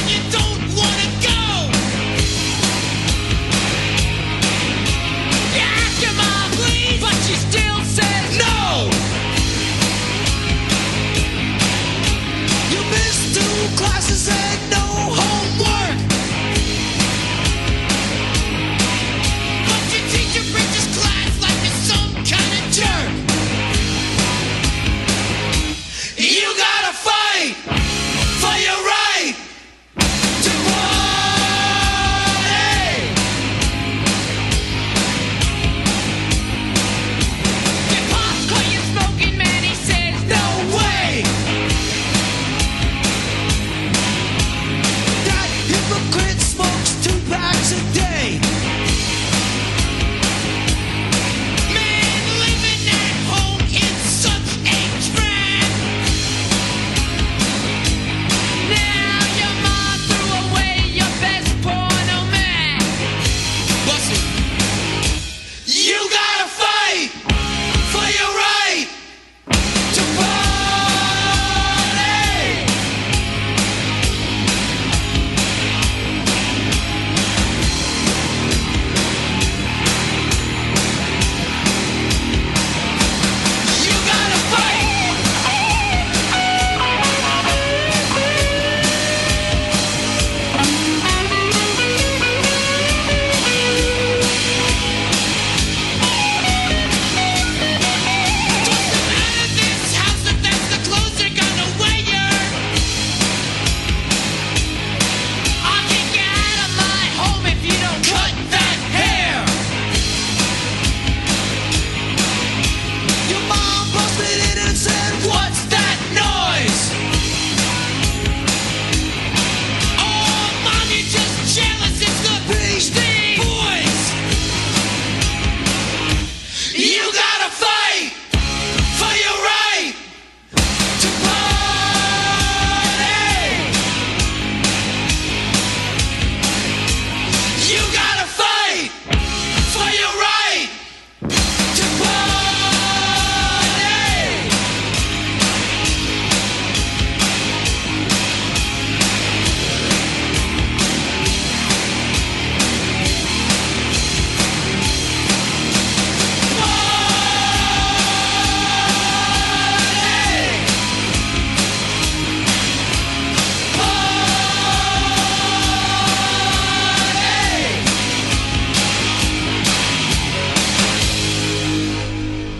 Speaker 4: Yeah!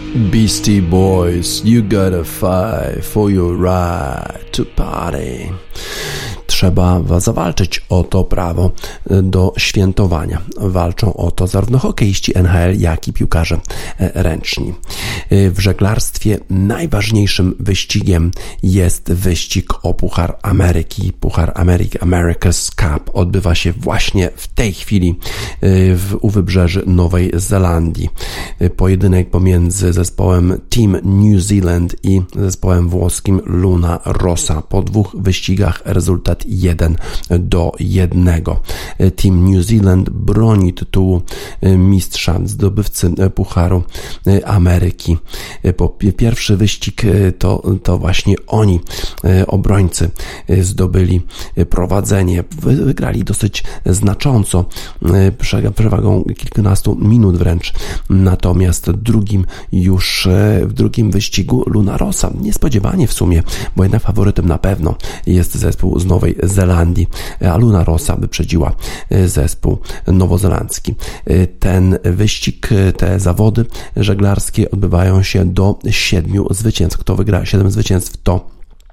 Speaker 1: Beastie Boys, you gotta fight for your right to party. Trzeba zawalczyć o to prawo do świętowania. Walczą o to zarówno hokeiści N H L, jak i piłkarze ręczni. W żeglarstwie najważniejszym wyścigiem jest wyścig o Puchar Ameryki. Puchar Ameryki, America's Cup, odbywa się właśnie w tej chwili w, u wybrzeży Nowej Zelandii. Pojedynek pomiędzy zespołem Team New Zealand i zespołem włoskim Luna Rossa. Po dwóch wyścigach rezultat jeden do jednego. Team New Zealand broni tytułu mistrza, zdobywcy Pucharu Ameryki. Po pierwszy wyścig to, to właśnie oni, obrońcy, zdobyli prowadzenie. Wygrali dosyć znacząco, przewagą kilkunastu minut wręcz. Natomiast drugim już w drugim wyścigu Luna Rossa, niespodziewanie w sumie, bo jednak faworytem na pewno jest zespół z Nowej Zelandii, a Luna Rossa wyprzedziła zespół nowozelandzki. Ten wyścig, te zawody żeglarskie odbywają się do siedmiu zwycięstw. Kto wygra siedem zwycięstw, to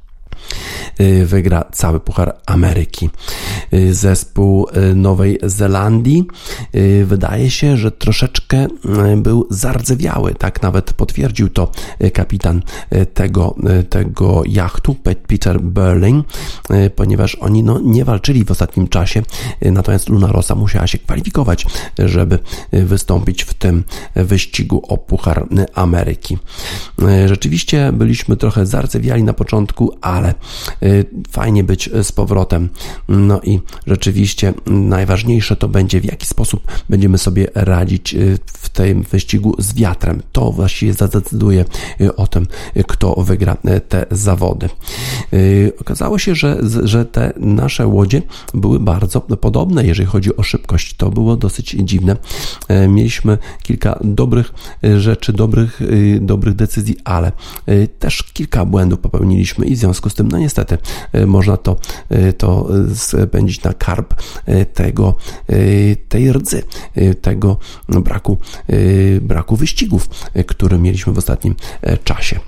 Speaker 1: wygra cały Puchar Ameryki. Zespół Nowej Zelandii wydaje się, że troszeczkę był zardzewiały, tak nawet potwierdził to kapitan tego, tego jachtu, Peter Burling, ponieważ oni no, nie walczyli w ostatnim czasie, natomiast Luna Rossa musiała się kwalifikować, żeby wystąpić w tym wyścigu o Puchar Ameryki. Rzeczywiście byliśmy trochę zardzewiali na początku, ale fajnie być z powrotem. No i rzeczywiście najważniejsze to będzie, w jaki sposób będziemy sobie radzić w tym wyścigu z wiatrem. To właściwie zadecyduje o tym, kto wygra te zawody. Okazało się, że, że te nasze łodzie były bardzo podobne, jeżeli chodzi o szybkość. To było dosyć dziwne. Mieliśmy kilka dobrych rzeczy, dobrych, dobrych decyzji, ale też kilka błędów popełniliśmy i w związku z tym, no niestety, można to, to spędzić na karb tego, tej rdzy, tego braku, braku wyścigów, który mieliśmy w ostatnim czasie.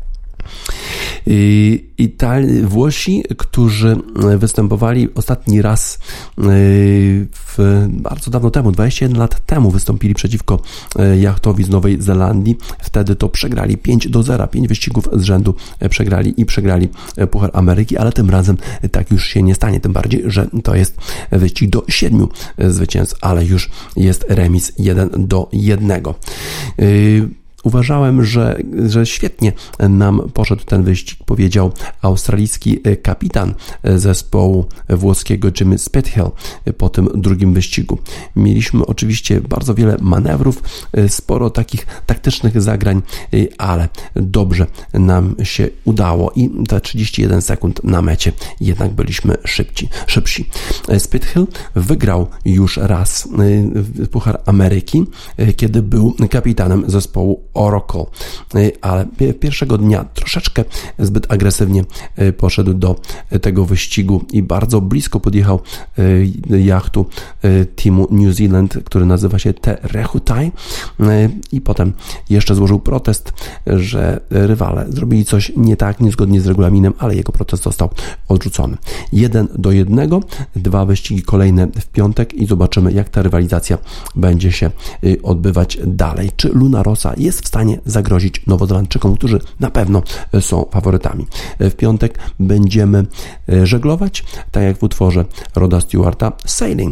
Speaker 1: Itali- Włosi, którzy występowali ostatni raz w, bardzo dawno temu, dwadzieścia jeden lat temu, wystąpili przeciwko jachtowi z Nowej Zelandii. Wtedy to przegrali pięć do zera, pięć wyścigów z rzędu przegrali i przegrali Puchar Ameryki, ale tym razem tak już się nie stanie, tym bardziej, że to jest wyścig do siedmiu zwycięstw, ale już jest remis jeden do jednego. Uważałem, że, że świetnie nam poszedł ten wyścig, powiedział australijski kapitan zespołu włoskiego Jimmy Spithill po tym drugim wyścigu. Mieliśmy oczywiście bardzo wiele manewrów, sporo takich taktycznych zagrań, ale dobrze nam się udało i te trzydzieści jeden sekund na mecie jednak byliśmy szybci, szybsi. Spithill wygrał już raz Puchar Ameryki, kiedy był kapitanem zespołu Oracle, ale pierwszego dnia troszeczkę zbyt agresywnie poszedł do tego wyścigu i bardzo blisko podjechał jachtu teamu New Zealand, który nazywa się Te Rehutai, i potem jeszcze złożył protest, że rywale zrobili coś nie tak, niezgodnie z regulaminem, ale jego protest został odrzucony. Jeden do jednego, dwa wyścigi kolejne w piątek i zobaczymy, jak ta rywalizacja będzie się odbywać dalej. Czy Luna Rossa jest w stanie zagrozić Nowozelandczykom, którzy na pewno są faworytami. W piątek będziemy żeglować, tak jak w utworze Roda Stewarta Sailing.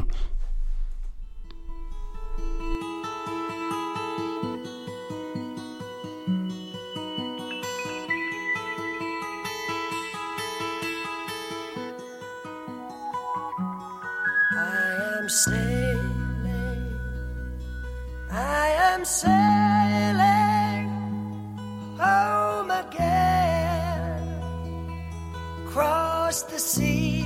Speaker 2: I am sailing, I am sailing home again, across the sea.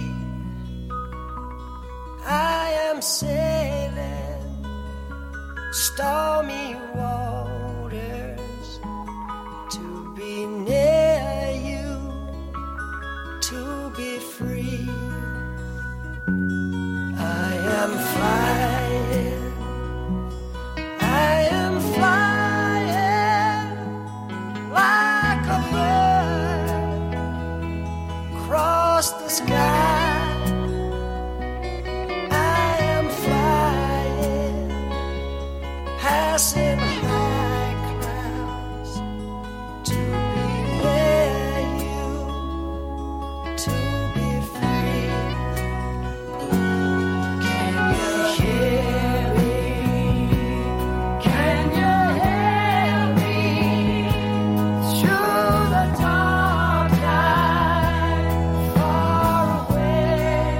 Speaker 2: I am sailing stormy waters to be near you, to be free. I am flying, I am flying us in high clouds to be where you, to be free. Can you hear me? Can you hear me through the dark night far away?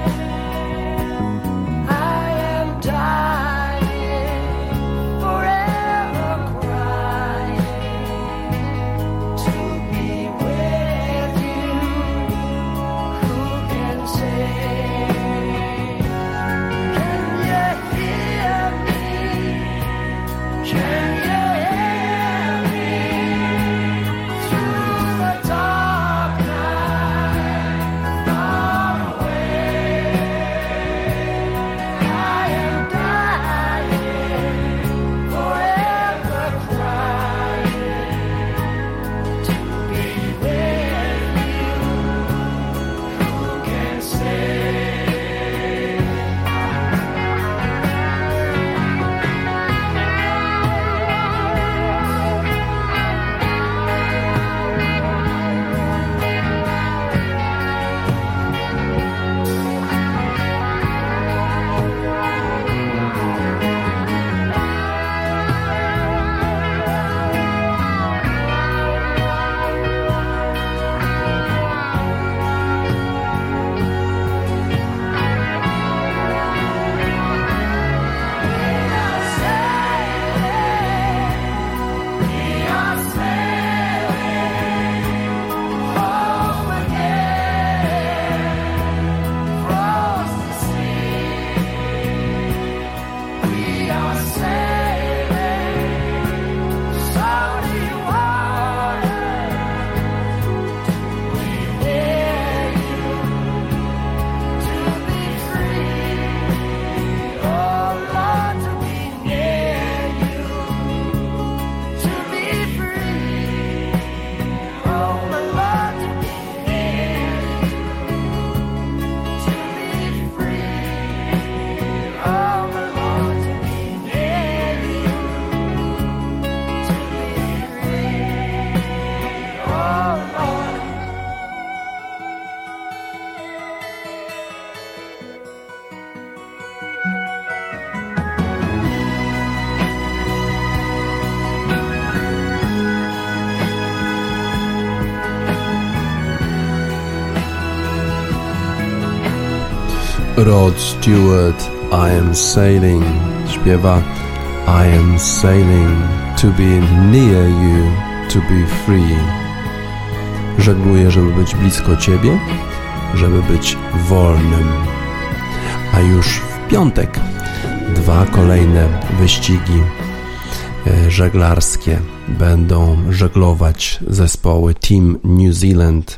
Speaker 2: I am dying, forever crying to be with you. Who can say? Can you hear me? Can you hear me through the dark night far away? I am dying, forever crying to be with you. Who can say?
Speaker 1: Rod Stewart, I am sailing, śpiewa I am sailing to be near you, to be free. Żegluję, żeby być blisko Ciebie, żeby być wolnym. A już w piątek dwa kolejne wyścigi żeglarskie będą żeglować zespoły Team New Zealand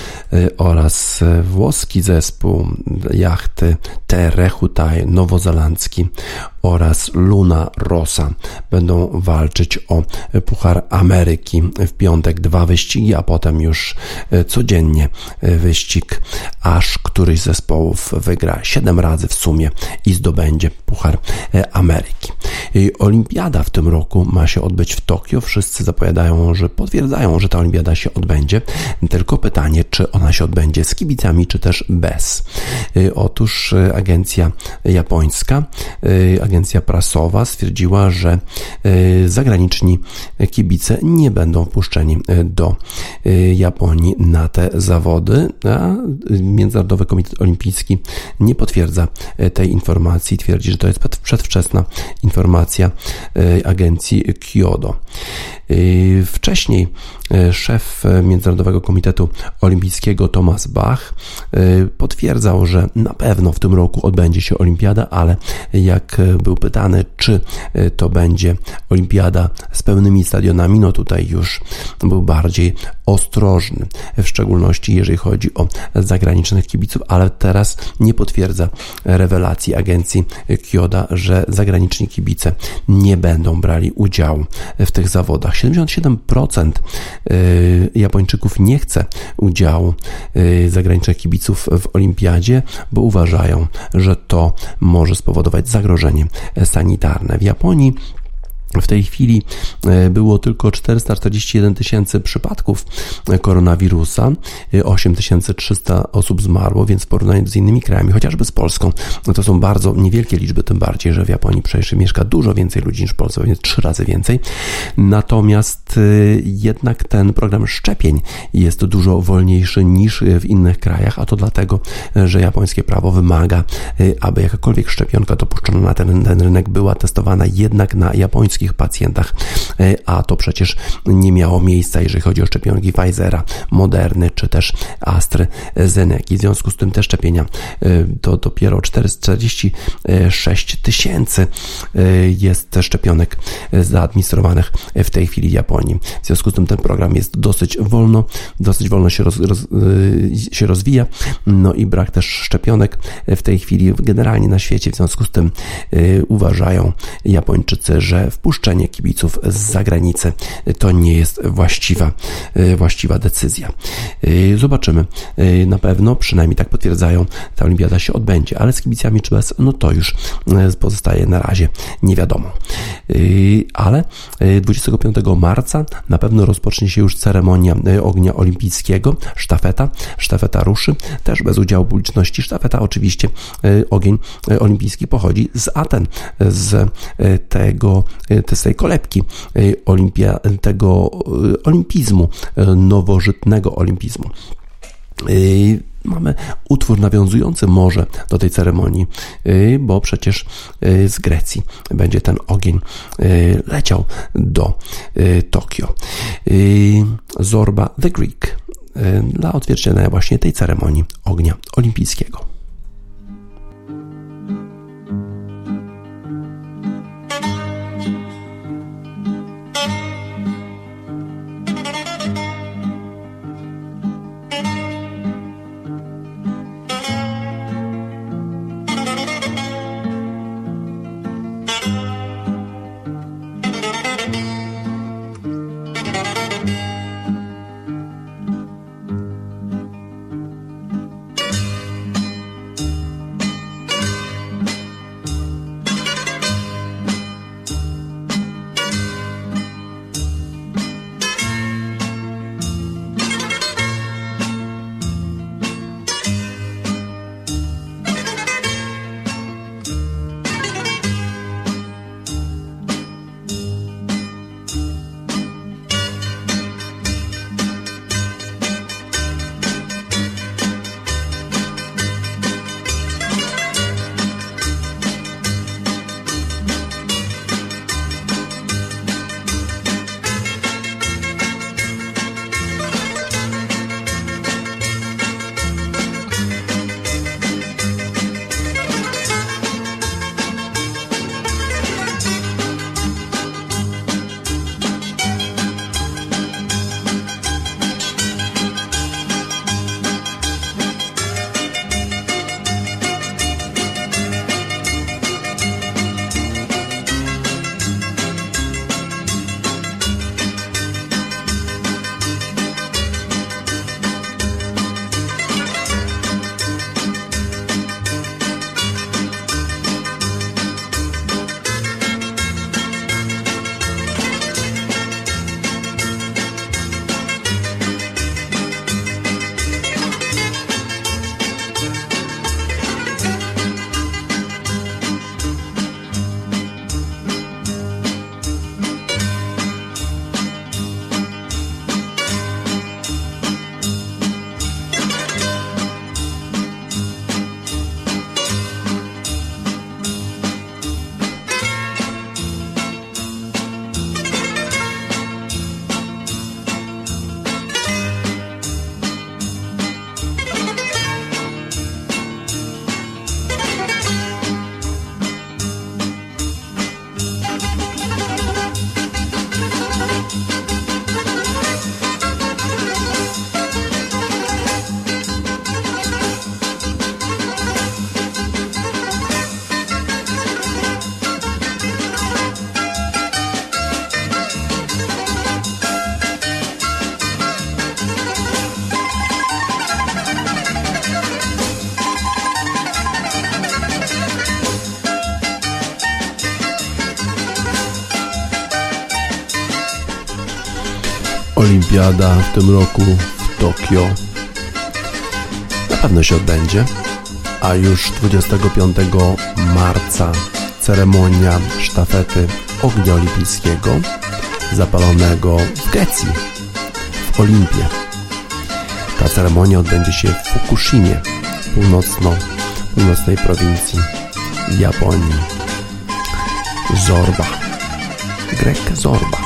Speaker 1: oraz włoski zespół jachty Terre Hutai nowozelandzki oraz Luna Rossa będą walczyć o Puchar Ameryki. W piątek dwa wyścigi, a potem już codziennie wyścig, aż któryś z zespołów wygra siedem razy w sumie i zdobędzie Puchar Ameryki. Olimpiada w tym roku ma się odbyć w Tokio. Wszyscy zapowiadają, że potwierdzają, że ta olimpiada się odbędzie. Tylko pytanie, czy ona się odbędzie z kibicami, czy też bez. Otóż agencja japońska, agencja prasowa stwierdziła, że zagraniczni kibice nie będą wpuszczeni do Japonii na te zawody, a Międzynarodowy Komitet Olimpijski nie potwierdza tej informacji, twierdzi, że to jest przedwczesna informacja agencji Kyodo. Wcześniej szef Międzynarodowego Komitetu Olimpijskiego Thomas Bach potwierdzał, że na pewno w tym roku odbędzie się olimpiada, ale jak był pytany, czy to będzie olimpiada z pełnymi stadionami, no tutaj już był bardziej ostrożny, w szczególności jeżeli chodzi o zagranicznych kibiców, ale teraz nie potwierdza rewelacji agencji Kyodo, że zagraniczni kibice nie będą brali udziału w tych zawodach. siedemdziesiąt siedem procent Japończyków nie chce udziału zagranicznych kibiców w olimpiadzie, bo uważają, że to może spowodować zagrożenie sanitarne. W Japonii W tej chwili było tylko czterysta czterdzieści jeden tysięcy przypadków koronawirusa, osiem tysięcy trzysta osób zmarło, więc w porównaniu z innymi krajami, chociażby z Polską, no to są bardzo niewielkie liczby, tym bardziej, że w Japonii przecież mieszka dużo więcej ludzi niż w Polsce, pewnie trzy razy więcej. Natomiast jednak ten program szczepień jest dużo wolniejszy niż w innych krajach, a to dlatego, że japońskie prawo wymaga, aby jakakolwiek szczepionka dopuszczona na ten, ten rynek była testowana jednak na japońskich pacjentach, a to przecież nie miało miejsca, jeżeli chodzi o szczepionki Pfizera, Moderny czy też AstraZeneca. W związku z tym te szczepienia to dopiero czterysta czterdzieści sześć tysięcy jest szczepionek zaadministrowanych w tej chwili w Japonii. W związku z tym ten program jest dosyć wolno, dosyć wolno się, roz, roz, się rozwija, no i brak też szczepionek w tej chwili generalnie na świecie. W związku z tym uważają Japończycy, że wpuszczenie kibiców z zagranicy to nie jest właściwa, właściwa decyzja. Zobaczymy. Na pewno, przynajmniej tak potwierdzają, ta olimpiada się odbędzie, ale z kibicami czy bez, no to już pozostaje na razie nie wiadomo. Ale dwudziestego piątego marca na pewno rozpocznie się już ceremonia ognia olimpijskiego, sztafeta, sztafeta ruszy, też bez udziału publiczności. Sztafeta oczywiście, ogień olimpijski pochodzi z Aten, z tego, z tej kolebki olimpia, tego olimpizmu, nowożytnego olimpizmu. Mamy utwór nawiązujący może do tej ceremonii, bo przecież z Grecji będzie ten ogień leciał do Tokio. Zorba the Greek dla odzwierciedlenia właśnie tej ceremonii ognia olimpijskiego. Olimpiada w tym roku w Tokio na pewno się odbędzie, a już dwudziestego piątego marca ceremonia sztafety ognia olimpijskiego zapalonego w Grecji, w Olimpie. Ta ceremonia odbędzie się w Fukushimie, północno, północnej prowincji Japonii. Zorba. Grek Zorba.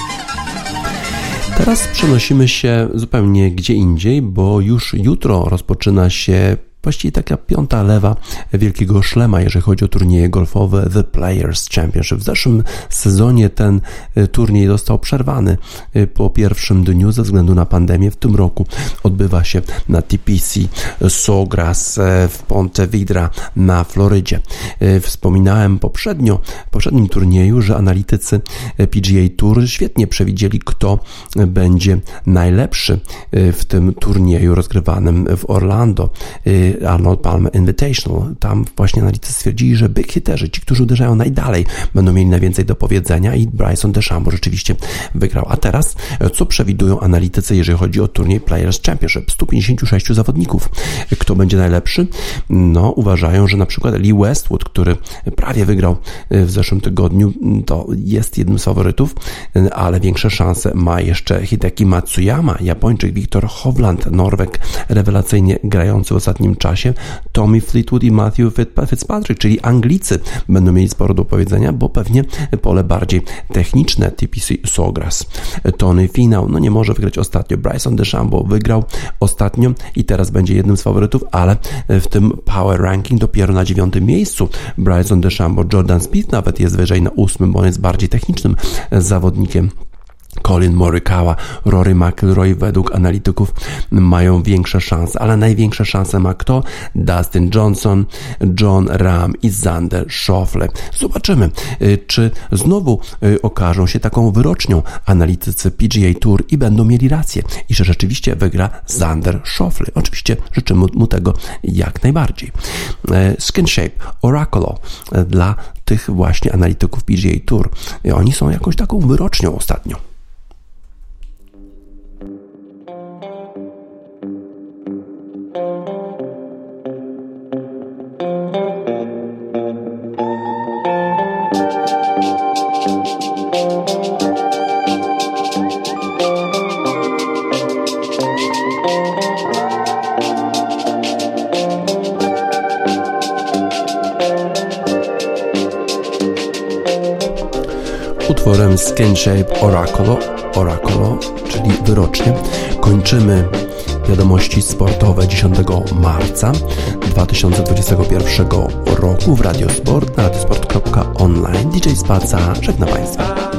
Speaker 1: Teraz przenosimy się zupełnie gdzie indziej, bo już jutro rozpoczyna się właściwie taka piąta lewa wielkiego szlema, jeżeli chodzi o turnieje golfowe The Players Championship. W zeszłym sezonie ten turniej został przerwany po pierwszym dniu ze względu na pandemię. W tym roku odbywa się na T P C Sawgrass w Ponte Vedra na Florydzie. Wspominałem poprzednio, w poprzednim turnieju, że analitycy P G A Tour świetnie przewidzieli, kto będzie najlepszy w tym turnieju rozgrywanym w Orlando. Arnold Palmer Invitational. Tam właśnie analitycy stwierdzili, że big hiterzy, ci, którzy uderzają najdalej, będą mieli najwięcej do powiedzenia i Bryson DeChambeau rzeczywiście wygrał. A teraz, co przewidują analitycy, jeżeli chodzi o turniej Players Championship? stu pięćdziesięciu sześciu zawodników. Kto będzie najlepszy? No, uważają, że na przykład Lee Westwood, który prawie wygrał w zeszłym tygodniu, to jest jednym z faworytów, ale większe szanse ma jeszcze Hideki Matsuyama, Japończyk, Viktor Hovland, Norweg, rewelacyjnie grający w ostatnim czasie, Tommy Fleetwood i Matthew Fitzpatrick, czyli Anglicy, będą mieli sporo do powiedzenia, bo pewnie pole bardziej techniczne T P C Sawgrass. Tony Finau, no nie może wygrać ostatnio. Bryson DeChambeau wygrał ostatnio i teraz będzie jednym z faworytów, ale w tym power ranking dopiero na dziewiątym miejscu Bryson DeChambeau. Jordan Spieth nawet jest wyżej na ósmym, bo on jest bardziej technicznym zawodnikiem. Colin Morikawa, Rory McIlroy według analityków mają większe szanse, ale największe szanse ma kto? Dustin Johnson, Jon Rahm i Xander Schauffele. Zobaczymy, czy znowu okażą się taką wyrocznią analitycy P G A Tour i będą mieli rację i że rzeczywiście wygra Xander Schauffele. Oczywiście życzymy mu tego jak najbardziej. Skin Shape Oracle dla tych właśnie analityków P G A Tour. Oni są jakąś taką wyrocznią ostatnio. Utworem Skin Shape Oracle, Oracle, czyli wyrocznie, kończymy wiadomości sportowe dziesiątego marca dwa tysiące dwudziestego pierwszego roku w Radio Sport na radiosport kropka online. D J Spaca żegna Państwa.